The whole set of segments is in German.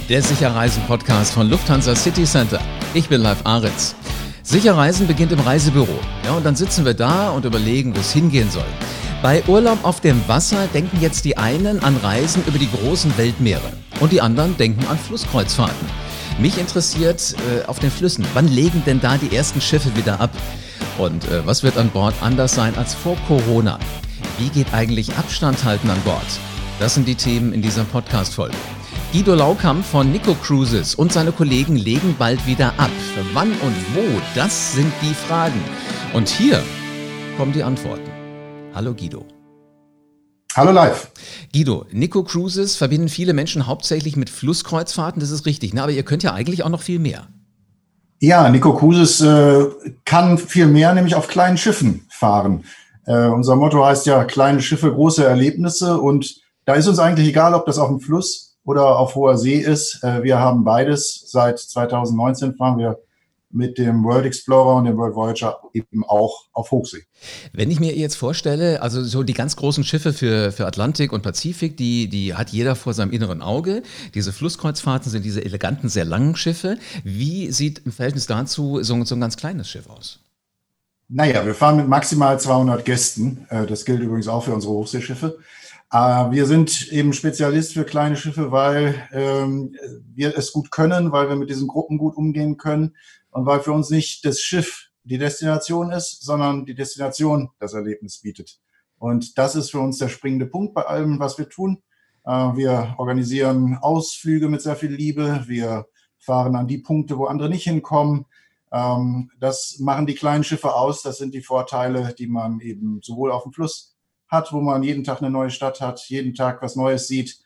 Der Sicherreisen-Podcast von Lufthansa City Center. Ich bin Live Aritz. Sicherreisen beginnt im Reisebüro. Ja, und dann sitzen wir da und überlegen, wo es hingehen soll. Bei Urlaub auf dem Wasser denken jetzt die einen an Reisen über die großen Weltmeere und die anderen denken an Flusskreuzfahrten. Mich interessiert auf den Flüssen, wann legen denn da die ersten Schiffe wieder ab? Und was wird an Bord anders sein als vor Corona? Wie geht eigentlich Abstand halten an Bord? Das sind die Themen in dieser Podcast-Folge. Guido Laukamp von Nico Cruises und seine Kollegen legen bald wieder ab. Wann und wo, das sind die Fragen. Und hier kommen die Antworten. Hallo Guido. Hallo Live. Guido, Nico Cruises verbinden viele Menschen hauptsächlich mit Flusskreuzfahrten, das ist richtig, ne? Aber ihr könnt ja eigentlich auch noch viel mehr. Ja, Nico Cruises kann viel mehr, nämlich auf kleinen Schiffen fahren. Unser Motto heißt ja, kleine Schiffe, große Erlebnisse. Und da ist uns eigentlich egal, ob das auf dem Fluss oder auf hoher See ist. Wir haben beides. Seit 2019 fahren wir mit dem World Explorer und dem World Voyager eben auch auf Hochsee. Wenn ich mir jetzt vorstelle, also so die ganz großen Schiffe für Atlantik und Pazifik, die hat jeder vor seinem inneren Auge. Diese Flusskreuzfahrten sind diese eleganten, sehr langen Schiffe. Wie sieht im Verhältnis dazu so ein ganz kleines Schiff aus? Naja, wir fahren mit maximal 200 Gästen. Das gilt übrigens auch für unsere Hochseeschiffe. Wir sind eben Spezialist für kleine Schiffe, weil wir es gut können, weil wir mit diesen Gruppen gut umgehen können und weil für uns nicht das Schiff die Destination ist, sondern die Destination das Erlebnis bietet. Und das ist für uns der springende Punkt bei allem, was wir tun. Wir organisieren Ausflüge mit sehr viel Liebe. Wir fahren an die Punkte, wo andere nicht hinkommen. Das machen die kleinen Schiffe aus. Das sind die Vorteile, die man eben sowohl auf dem Fluss hat, wo man jeden Tag eine neue Stadt hat, jeden Tag was Neues sieht,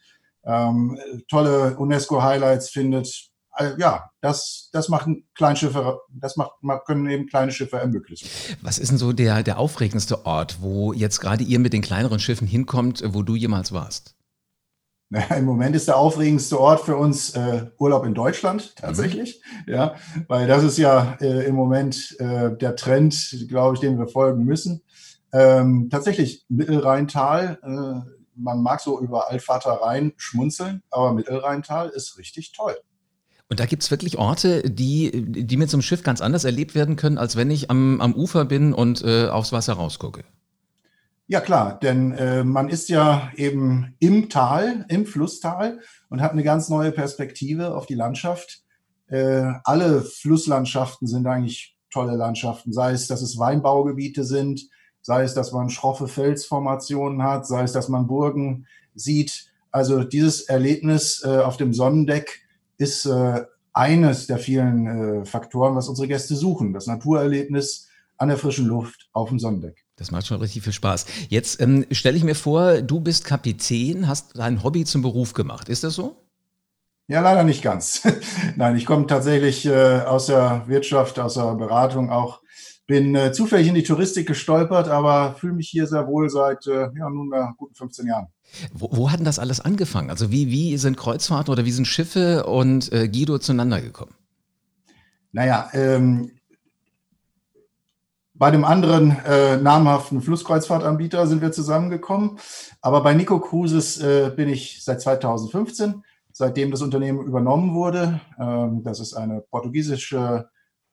tolle UNESCO-Highlights findet. Ja, das machen Kleinschiffe, können eben kleine Schiffe ermöglichen. Was ist denn so der aufregendste Ort, wo jetzt gerade ihr mit den kleineren Schiffen hinkommt, wo du jemals warst? Naja, im Moment ist der aufregendste Ort für uns Urlaub in Deutschland tatsächlich, ja, weil das ist ja im Moment der Trend, glaube ich, dem wir folgen müssen. Tatsächlich Mittelrheintal, man mag so über Altvater Rhein schmunzeln, aber Mittelrheintal ist richtig toll. Und da gibt es wirklich Orte, die mit so einem Schiff ganz anders erlebt werden können, als wenn ich am Ufer bin und aufs Wasser rausgucke. Ja klar, denn man ist ja eben im Tal, im Flusstal und hat eine ganz neue Perspektive auf die Landschaft. Alle Flusslandschaften sind eigentlich tolle Landschaften, sei es, dass es Weinbaugebiete sind, sei es, dass man schroffe Felsformationen hat, sei es, dass man Burgen sieht. Also dieses Erlebnis auf dem Sonnendeck ist eines der vielen Faktoren, was unsere Gäste suchen. Das Naturerlebnis an der frischen Luft auf dem Sonnendeck. Das macht schon richtig viel Spaß. Jetzt stelle ich mir vor, du bist Kapitän, hast dein Hobby zum Beruf gemacht. Ist das so? Ja, leider nicht ganz. Nein, ich komme tatsächlich aus der Wirtschaft, aus der Beratung auch. Bin zufällig in die Touristik gestolpert, aber fühle mich hier sehr wohl seit nunmehr guten 15 Jahren. Wo hat denn das alles angefangen? Also wie sind Kreuzfahrten oder wie sind Schiffe und Guido zueinander gekommen? Naja, bei dem anderen namhaften Flusskreuzfahrtanbieter sind wir zusammengekommen. Aber bei Nico Cruises bin ich seit 2015, seitdem das Unternehmen übernommen wurde. Das ist eine portugiesische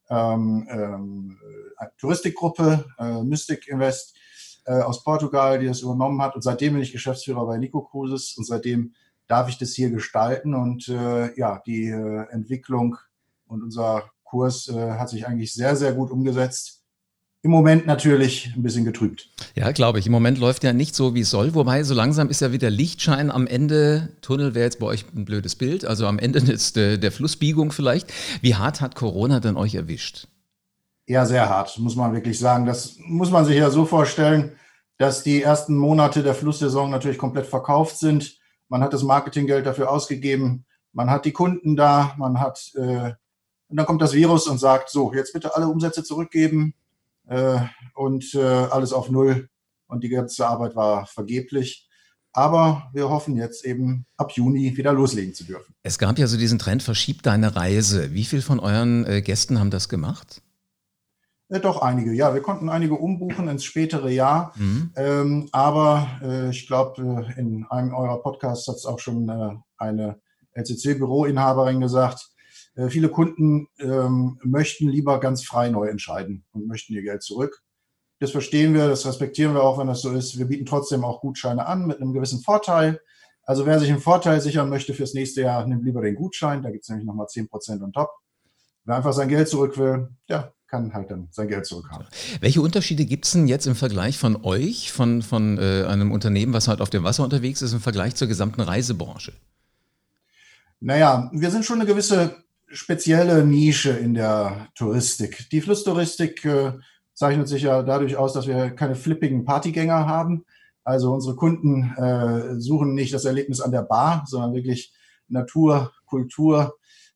Touristikgruppe, Mystic Invest aus Portugal, die das übernommen hat. Und seitdem bin ich Geschäftsführer bei Nico Cruises und seitdem darf ich das hier gestalten. Und die Entwicklung und unser Kurs hat sich eigentlich sehr, sehr gut umgesetzt. Im Moment natürlich ein bisschen getrübt. Ja, glaube ich. Im Moment läuft ja nicht so, wie es soll. Wobei, so langsam ist ja wieder Lichtschein am Ende. Tunnel wäre jetzt bei euch ein blödes Bild. Also am Ende ist der Flussbiegung vielleicht. Wie hart hat Corona denn euch erwischt? Ja, sehr hart, muss man wirklich sagen. Das muss man sich ja so vorstellen, dass die ersten Monate der Flusssaison natürlich komplett verkauft sind. Man hat das Marketinggeld dafür ausgegeben. Man hat die Kunden da. Und dann kommt das Virus und sagt, so, jetzt bitte alle Umsätze zurückgeben. Und alles auf Null und die ganze Arbeit war vergeblich. Aber wir hoffen jetzt eben ab Juni wieder loslegen zu dürfen. Es gab ja so diesen Trend, verschiebt deine Reise. Wie viel von euren Gästen haben das gemacht? Doch einige, ja. Wir konnten einige umbuchen ins spätere Jahr. Aber ich glaube, in einem eurer Podcasts hat es auch schon eine LCC-Büroinhaberin gesagt, viele Kunden möchten lieber ganz frei neu entscheiden und möchten ihr Geld zurück. Das verstehen wir, das respektieren wir auch, wenn das so ist. Wir bieten trotzdem auch Gutscheine an mit einem gewissen Vorteil. Also wer sich einen Vorteil sichern möchte fürs nächste Jahr, nimmt lieber den Gutschein. Da gibt es nämlich nochmal 10% on top. Wer einfach sein Geld zurück will, der kann halt dann sein Geld zurückhaben. Welche Unterschiede gibt es denn jetzt im Vergleich von euch, von einem Unternehmen, was halt auf dem Wasser unterwegs ist, im Vergleich zur gesamten Reisebranche? Naja, wir sind schon eine gewisse spezielle Nische in der Touristik. Die Flusstouristik zeichnet sich ja dadurch aus, dass wir keine flippigen Partygänger haben. Also unsere Kunden suchen nicht das Erlebnis an der Bar, sondern wirklich Natur, Kultur.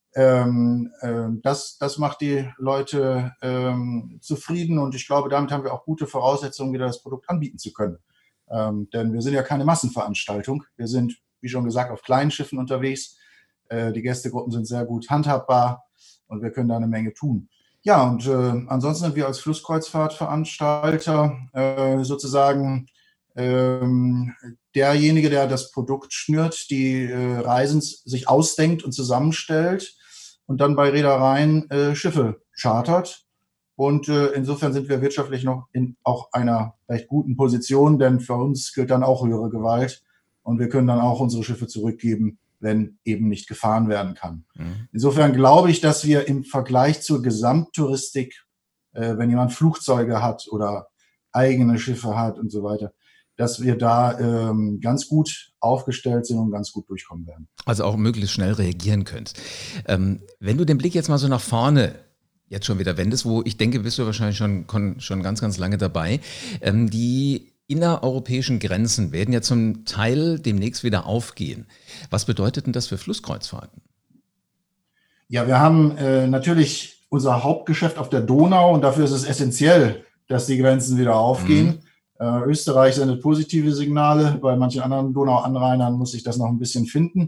Das macht die Leute zufrieden und ich glaube, damit haben wir auch gute Voraussetzungen, wieder das Produkt anbieten zu können. Denn wir sind ja keine Massenveranstaltung. Wir sind, wie schon gesagt, auf kleinen Schiffen unterwegs. Die Gästegruppen sind sehr gut handhabbar und wir können da eine Menge tun. Ja, und ansonsten sind wir als Flusskreuzfahrtveranstalter sozusagen derjenige, der das Produkt schnürt, die Reisen sich ausdenkt und zusammenstellt und dann bei Reedereien Schiffe chartert. Und insofern sind wir wirtschaftlich noch in auch einer recht guten Position, denn für uns gilt dann auch höhere Gewalt und wir können dann auch unsere Schiffe zurückgeben, wenn eben nicht gefahren werden kann. Insofern glaube ich, dass wir im Vergleich zur Gesamttouristik, wenn jemand Flugzeuge hat oder eigene Schiffe hat und so weiter, dass wir da ganz gut aufgestellt sind und ganz gut durchkommen werden. Also auch möglichst schnell reagieren könnt. Wenn du den Blick jetzt mal so nach vorne jetzt schon wieder wendest, wo ich denke, bist du wahrscheinlich schon ganz, ganz lange dabei, die innereuropäischen Grenzen werden ja zum Teil demnächst wieder aufgehen. Was bedeutet denn das für Flusskreuzfahrten? Ja, wir haben natürlich unser Hauptgeschäft auf der Donau und dafür ist es essentiell, dass die Grenzen wieder aufgehen. Österreich sendet positive Signale, bei manchen anderen Donauanrainern muss sich das noch ein bisschen finden.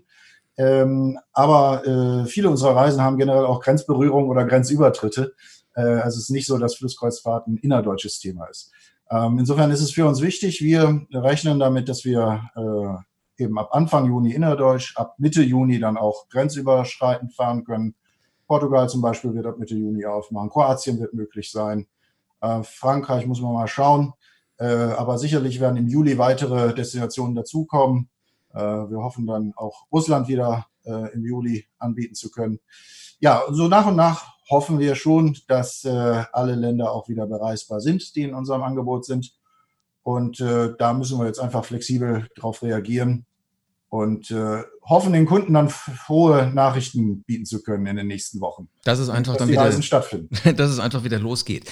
Aber viele unserer Reisen haben generell auch Grenzberührung oder Grenzübertritte. Also es ist nicht so, dass Flusskreuzfahrt ein innerdeutsches Thema ist. Insofern ist es für uns wichtig, wir rechnen damit, dass wir eben ab Anfang Juni innerdeutsch, ab Mitte Juni dann auch grenzüberschreitend fahren können. Portugal zum Beispiel wird ab Mitte Juni aufmachen, Kroatien wird möglich sein, Frankreich muss man mal schauen, aber sicherlich werden im Juli weitere Destinationen dazukommen. Wir hoffen dann auch Russland wieder im Juli anbieten zu können. Ja, so nach und nach hoffen wir schon, dass alle Länder auch wieder bereisbar sind, die in unserem Angebot sind. Und da müssen wir jetzt einfach flexibel drauf reagieren und hoffen, den Kunden dann frohe Nachrichten bieten zu können in den nächsten Wochen. Dass es einfach dann die wieder Reisen stattfinden. Dass es einfach wieder losgeht.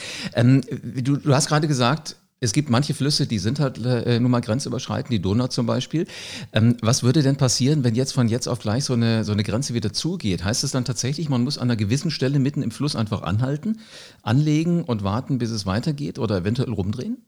Du hast gerade gesagt, es gibt manche Flüsse, die sind halt nun mal grenzüberschreitend, die Donau zum Beispiel. Was würde denn passieren, wenn jetzt von jetzt auf gleich so eine Grenze wieder zugeht? Heißt es dann tatsächlich, man muss an einer gewissen Stelle mitten im Fluss einfach anhalten, anlegen und warten, bis es weitergeht oder eventuell rumdrehen?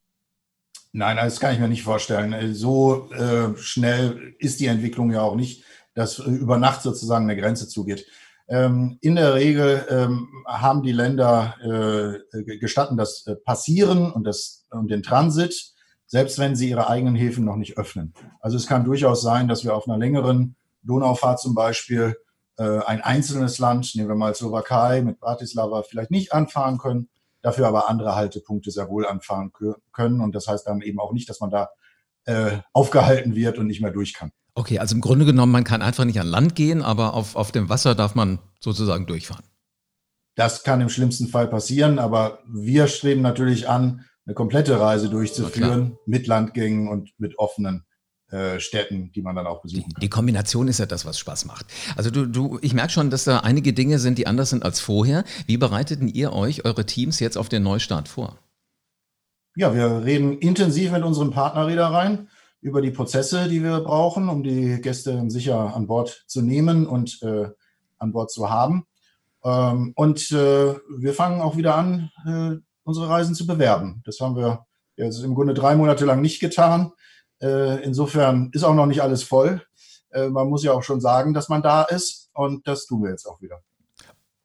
Nein, das kann ich mir nicht vorstellen. So schnell ist die Entwicklung ja auch nicht, dass über Nacht sozusagen eine Grenze zugeht. In der Regel haben die Länder gestatten das Passieren und den Transit, selbst wenn sie ihre eigenen Häfen noch nicht öffnen. Also es kann durchaus sein, dass wir auf einer längeren Donaufahrt zum Beispiel ein einzelnes Land, nehmen wir mal Slowakei mit Bratislava, vielleicht nicht anfahren können, dafür aber andere Haltepunkte sehr wohl anfahren können. Und das heißt dann eben auch nicht, dass man da aufgehalten wird und nicht mehr durch kann. Okay, also im Grunde genommen, man kann einfach nicht an Land gehen, aber auf dem Wasser darf man sozusagen durchfahren. Das kann im schlimmsten Fall passieren, aber wir streben natürlich an, eine komplette Reise durchzuführen mit Landgängen und mit offenen Städten, die man dann auch besuchen kann. Die Kombination ist ja das, was Spaß macht. Also ich merke schon, dass da einige Dinge sind, die anders sind als vorher. Wie bereiteten ihr euch, eure Teams jetzt auf den Neustart vor? Ja, wir reden intensiv mit unseren Partnerreedereien über die Prozesse, die wir brauchen, um die Gäste sicher an Bord zu nehmen und an Bord zu haben. Und wir fangen auch wieder an, unsere Reisen zu bewerben. Das haben wir jetzt im Grunde 3 Monate lang nicht getan. Insofern ist auch noch nicht alles voll. Man muss ja auch schon sagen, dass man da ist und das tun wir jetzt auch wieder.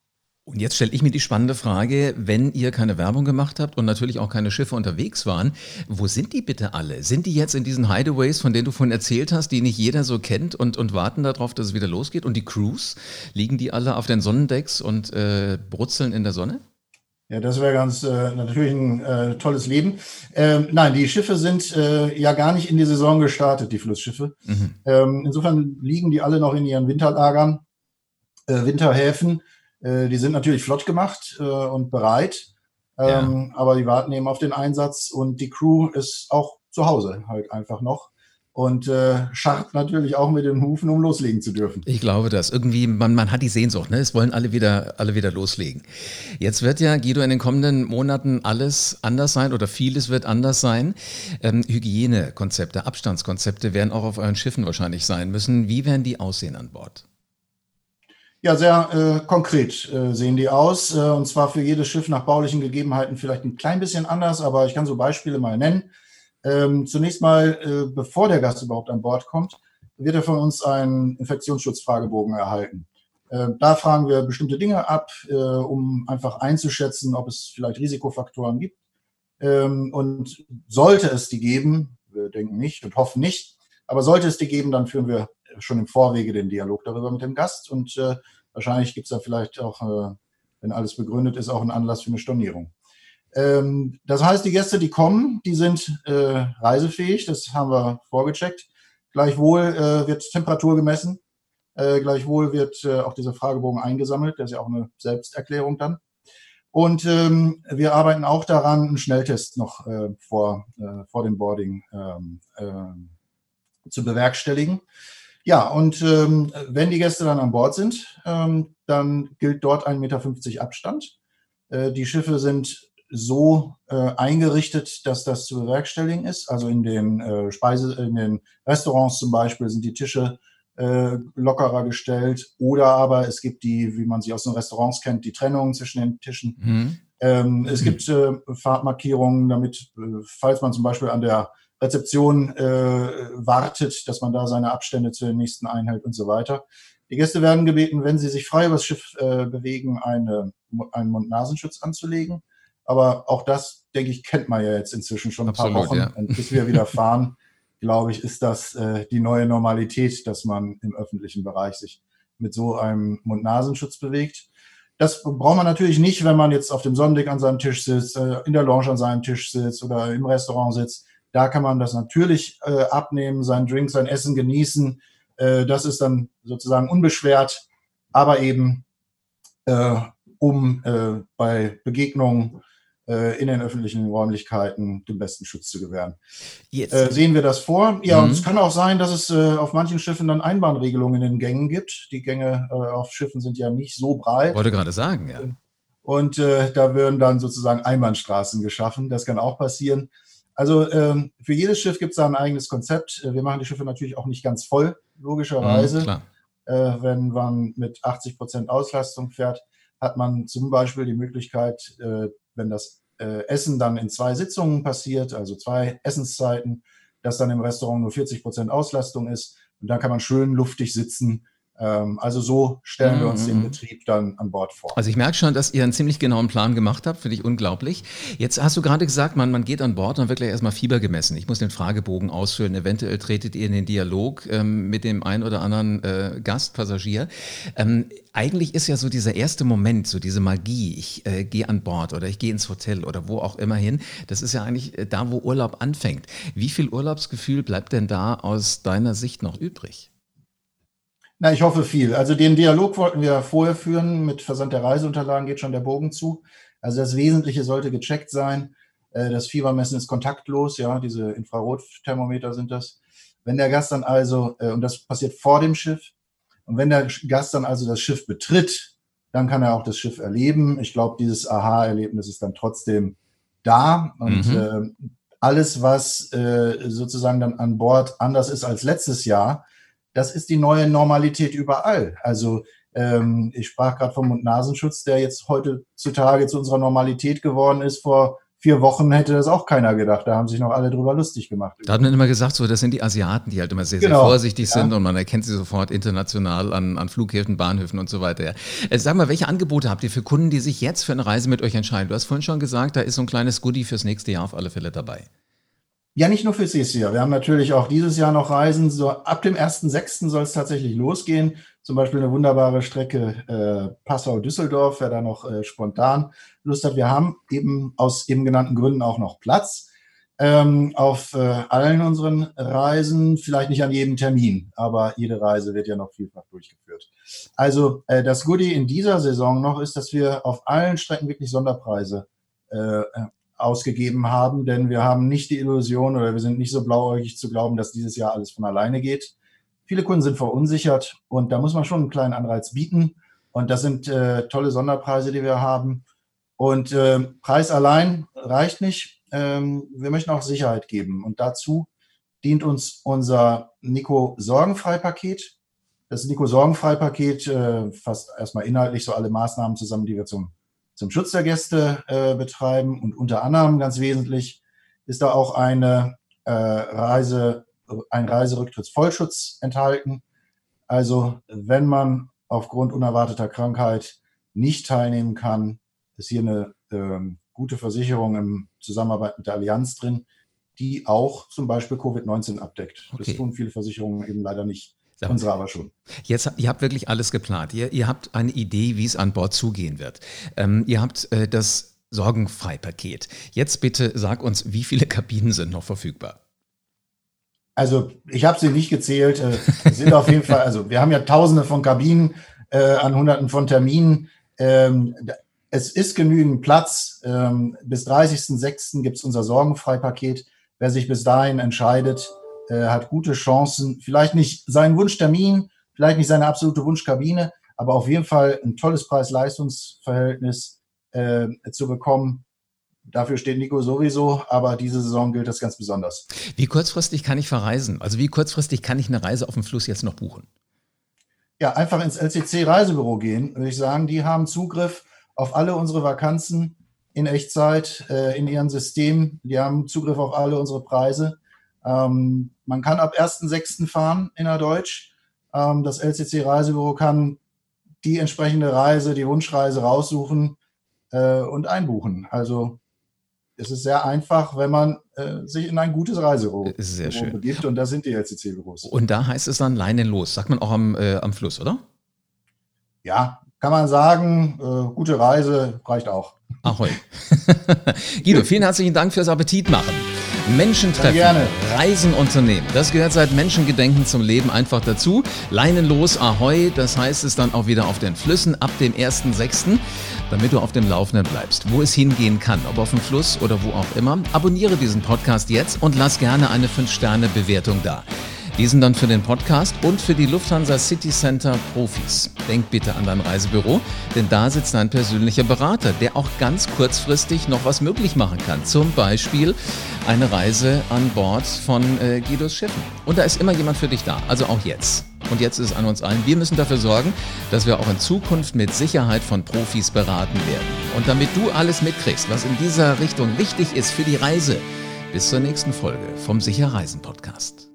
Und jetzt stelle ich mir die spannende Frage, wenn ihr keine Werbung gemacht habt und natürlich auch keine Schiffe unterwegs waren, wo sind die bitte alle? Sind die jetzt in diesen Hideaways, von denen du vorhin erzählt hast, die nicht jeder so kennt und warten darauf, dass es wieder losgeht? Und die Crews, liegen die alle auf den Sonnendecks und brutzeln in der Sonne? Ja, das wäre ganz natürlich ein tolles Leben. Nein, die Schiffe sind ja gar nicht in die Saison gestartet, die Flussschiffe. Mhm. Insofern liegen die alle noch in ihren Winterlagern, Winterhäfen. Die sind natürlich flott gemacht und bereit, Ja. aber die warten eben auf den Einsatz und die Crew ist auch zu Hause halt einfach noch und scharrt natürlich auch mit den Hufen, um loslegen zu dürfen. Ich glaube das. Irgendwie, man hat die Sehnsucht, ne? Es wollen alle wieder loslegen. Jetzt wird ja, Guido, in den kommenden Monaten alles anders sein oder vieles wird anders sein. Hygienekonzepte, Abstandskonzepte werden auch auf euren Schiffen wahrscheinlich sein müssen. Wie werden die aussehen an Bord? Ja, sehr konkret sehen die aus, und zwar für jedes Schiff nach baulichen Gegebenheiten vielleicht ein klein bisschen anders, aber ich kann so Beispiele mal nennen. Zunächst mal, bevor der Gast überhaupt an Bord kommt, wird er von uns einen Infektionsschutzfragebogen erhalten. Da fragen wir bestimmte Dinge ab, um einfach einzuschätzen, ob es vielleicht Risikofaktoren gibt. Und sollte es die geben, wir denken nicht und hoffen nicht, aber sollte es die geben, dann führen wir schon im Vorwege den Dialog darüber mit dem Gast und wahrscheinlich gibt es da vielleicht auch, wenn alles begründet ist, auch einen Anlass für eine Stornierung. Das heißt, die Gäste, die kommen, die sind reisefähig, das haben wir vorgecheckt. Gleichwohl wird Temperatur gemessen, gleichwohl wird auch dieser Fragebogen eingesammelt, das ist ja auch eine Selbsterklärung dann. Und wir arbeiten auch daran, einen Schnelltest noch vor dem Boarding zu bewerkstelligen. Ja, und wenn die Gäste dann an Bord sind, dann gilt dort 1,50 Meter Abstand. Die Schiffe sind so eingerichtet, dass das zu bewerkstelligen ist. Also in den in den Restaurants zum Beispiel sind die Tische lockerer gestellt oder aber es gibt die, wie man sie aus den Restaurants kennt, die Trennung zwischen den Tischen. Mhm. Es gibt Farbmarkierungen, damit, falls man zum Beispiel an der Rezeption wartet, dass man da seine Abstände zu den nächsten einhält und so weiter. Die Gäste werden gebeten, wenn sie sich frei über das Schiff bewegen, einen Mund-Nasenschutz anzulegen. Aber auch das, denke ich, kennt man ja jetzt inzwischen schon ein paar Wochen. Ja. Und bis wir wieder fahren, glaube ich, ist das die neue Normalität, dass man im öffentlichen Bereich sich mit so einem Mund-Nasenschutz bewegt. Das braucht man natürlich nicht, wenn man jetzt auf dem Sonnendeck an seinem Tisch sitzt, in der Lounge an seinem Tisch sitzt oder im Restaurant sitzt. Da kann man das natürlich abnehmen, seinen Drink, sein Essen genießen. Das ist dann sozusagen unbeschwert, aber eben um bei Begegnungen in den öffentlichen Räumlichkeiten den besten Schutz zu gewähren. Sehen wir das vor? Ja, und es kann auch sein, dass es auf manchen Schiffen dann Einbahnregelungen in den Gängen gibt. Die Gänge auf Schiffen sind ja nicht so breit. Ich wollte gerade sagen, ja. Und da werden dann sozusagen Einbahnstraßen geschaffen. Das kann auch passieren. Also für jedes Schiff gibt es da ein eigenes Konzept. Wir machen die Schiffe natürlich auch nicht ganz voll, logischerweise. Klar. Wenn man mit 80% Auslastung fährt, hat man zum Beispiel die Möglichkeit, wenn das Essen dann in 2 Sitzungen passiert, also 2 Essenszeiten, dass dann im Restaurant nur 40% Auslastung ist. Und dann kann man schön luftig sitzen. Also so stellen wir uns den Betrieb dann an Bord vor. Also ich merke schon, dass ihr einen ziemlich genauen Plan gemacht habt, finde ich unglaublich. Jetzt hast du gerade gesagt, man geht an Bord und wird gleich erstmal Fieber gemessen. Ich muss den Fragebogen ausfüllen, eventuell tretet ihr in den Dialog mit dem einen oder anderen Gastpassagier. Eigentlich ist ja so dieser erste Moment, so diese Magie, ich gehe an Bord oder ich gehe ins Hotel oder wo auch immer hin, das ist ja eigentlich da, wo Urlaub anfängt. Wie viel Urlaubsgefühl bleibt denn da aus deiner Sicht noch übrig? Na, ich hoffe viel. Also den Dialog wollten wir vorher führen. Mit Versand der Reiseunterlagen geht schon der Bogen zu. Also das Wesentliche sollte gecheckt sein. Das Fiebermessen ist kontaktlos. Ja, diese Infrarotthermometer sind das. Wenn der Gast dann also, und das passiert vor dem Schiff, und wenn der Gast dann also das Schiff betritt, dann kann er auch das Schiff erleben. Ich glaube, dieses Aha-Erlebnis ist dann trotzdem da. Und alles, was sozusagen dann an Bord anders ist als letztes Jahr, das ist die neue Normalität überall. Also ich sprach gerade vom Mund-Nasenschutz, der jetzt heutzutage zu unserer Normalität geworden ist. Vor 4 Wochen hätte das auch keiner gedacht. Da haben sich noch alle drüber lustig gemacht. Da hat man immer gesagt, so, das sind die Asiaten, die halt immer sehr, sehr vorsichtig sind und man erkennt sie sofort international an Flughäfen, Bahnhöfen und so weiter. Sag mal, welche Angebote habt ihr für Kunden, die sich jetzt für eine Reise mit euch entscheiden? Du hast vorhin schon gesagt, da ist so ein kleines Goodie fürs nächste Jahr auf alle Fälle dabei. Ja, nicht nur fürs nächste Jahr. Wir haben natürlich auch dieses Jahr noch Reisen. So ab dem 1.6. soll es tatsächlich losgehen. Zum Beispiel eine wunderbare Strecke Passau-Düsseldorf, wer da noch spontan Lust hat. Wir haben eben aus eben genannten Gründen auch noch Platz auf allen unseren Reisen. Vielleicht nicht an jedem Termin, aber jede Reise wird ja noch vielfach durchgeführt. Also das Goodie in dieser Saison noch ist, dass wir auf allen Strecken wirklich Sonderpreise ausgegeben haben, denn wir haben nicht die Illusion oder wir sind nicht so blauäugig zu glauben, dass dieses Jahr alles von alleine geht. Viele Kunden sind verunsichert und da muss man schon einen kleinen Anreiz bieten und das sind tolle Sonderpreise, die wir haben und Preis allein reicht nicht. Wir möchten auch Sicherheit geben und dazu dient uns unser Nico Sorgenfrei-Paket. Das Nico Sorgenfrei-Paket fasst erstmal inhaltlich so alle Maßnahmen zusammen, die wir zum Schutz der Gäste betreiben und unter anderem ganz wesentlich ist da auch ein Reiserücktrittsvollschutz enthalten. Also wenn man aufgrund unerwarteter Krankheit nicht teilnehmen kann, ist hier eine gute Versicherung in Zusammenarbeit mit der Allianz drin, die auch zum Beispiel Covid-19 abdeckt. Okay. Das tun viele Versicherungen eben leider nicht. Unsere aber schon. Jetzt, ihr habt wirklich alles geplant. Ihr habt eine Idee, wie es an Bord zugehen wird. Ihr habt das Sorgenfrei-Paket. Jetzt bitte sag uns, wie viele Kabinen sind noch verfügbar? Also ich habe sie nicht gezählt. Es sind auf jeden Fall, also wir haben ja Tausende von Kabinen an Hunderten von Terminen. Es ist genügend Platz. Bis 30.06. gibt es unser Sorgenfrei-Paket. Wer sich bis dahin entscheidet, hat gute Chancen, vielleicht nicht seinen Wunschtermin, vielleicht nicht seine absolute Wunschkabine, aber auf jeden Fall ein tolles Preis-Leistungs-Verhältnis zu bekommen. Dafür steht Nico sowieso, aber diese Saison gilt das ganz besonders. Wie kurzfristig kann ich verreisen? Also wie kurzfristig kann ich eine Reise auf dem Fluss jetzt noch buchen? Ja, einfach ins LCC-Reisebüro gehen, würde ich sagen. Die haben Zugriff auf alle unsere Vakanzen in Echtzeit in ihrem System. Die haben Zugriff auf alle unsere Preise. Man kann ab 1.6. fahren innerdeutsch. Das LCC-Reisebüro kann die entsprechende Reise, die Wunschreise raussuchen und einbuchen. Also es ist sehr einfach, wenn man sich in ein gutes Reisebüro begibt und das sind die LCC-Büros. Und da heißt es dann Leinen los, sagt man auch am Fluss, oder? Ja, kann man sagen, gute Reise reicht auch. Ahoi. Guido, vielen herzlichen Dank fürs Appetit machen. Menschen treffen, Reisen unternehmen. Das gehört seit Menschengedenken zum Leben einfach dazu. Leinen los, ahoi, das heißt es dann auch wieder auf den Flüssen ab dem 1.6., damit du auf dem Laufenden bleibst, wo es hingehen kann, ob auf dem Fluss oder wo auch immer. Abonniere diesen Podcast jetzt und lass gerne eine 5-Sterne-Bewertung da. Die sind dann für den Podcast und für die Lufthansa City Center Profis. Denk bitte an dein Reisebüro, denn da sitzt dein persönlicher Berater, der auch ganz kurzfristig noch was möglich machen kann. Zum Beispiel eine Reise an Bord von Guidos Schiffen. Und da ist immer jemand für dich da, also auch jetzt. Und jetzt ist es an uns allen. Wir müssen dafür sorgen, dass wir auch in Zukunft mit Sicherheit von Profis beraten werden. Und damit du alles mitkriegst, was in dieser Richtung wichtig ist für die Reise, bis zur nächsten Folge vom Sicher Reisen Podcast.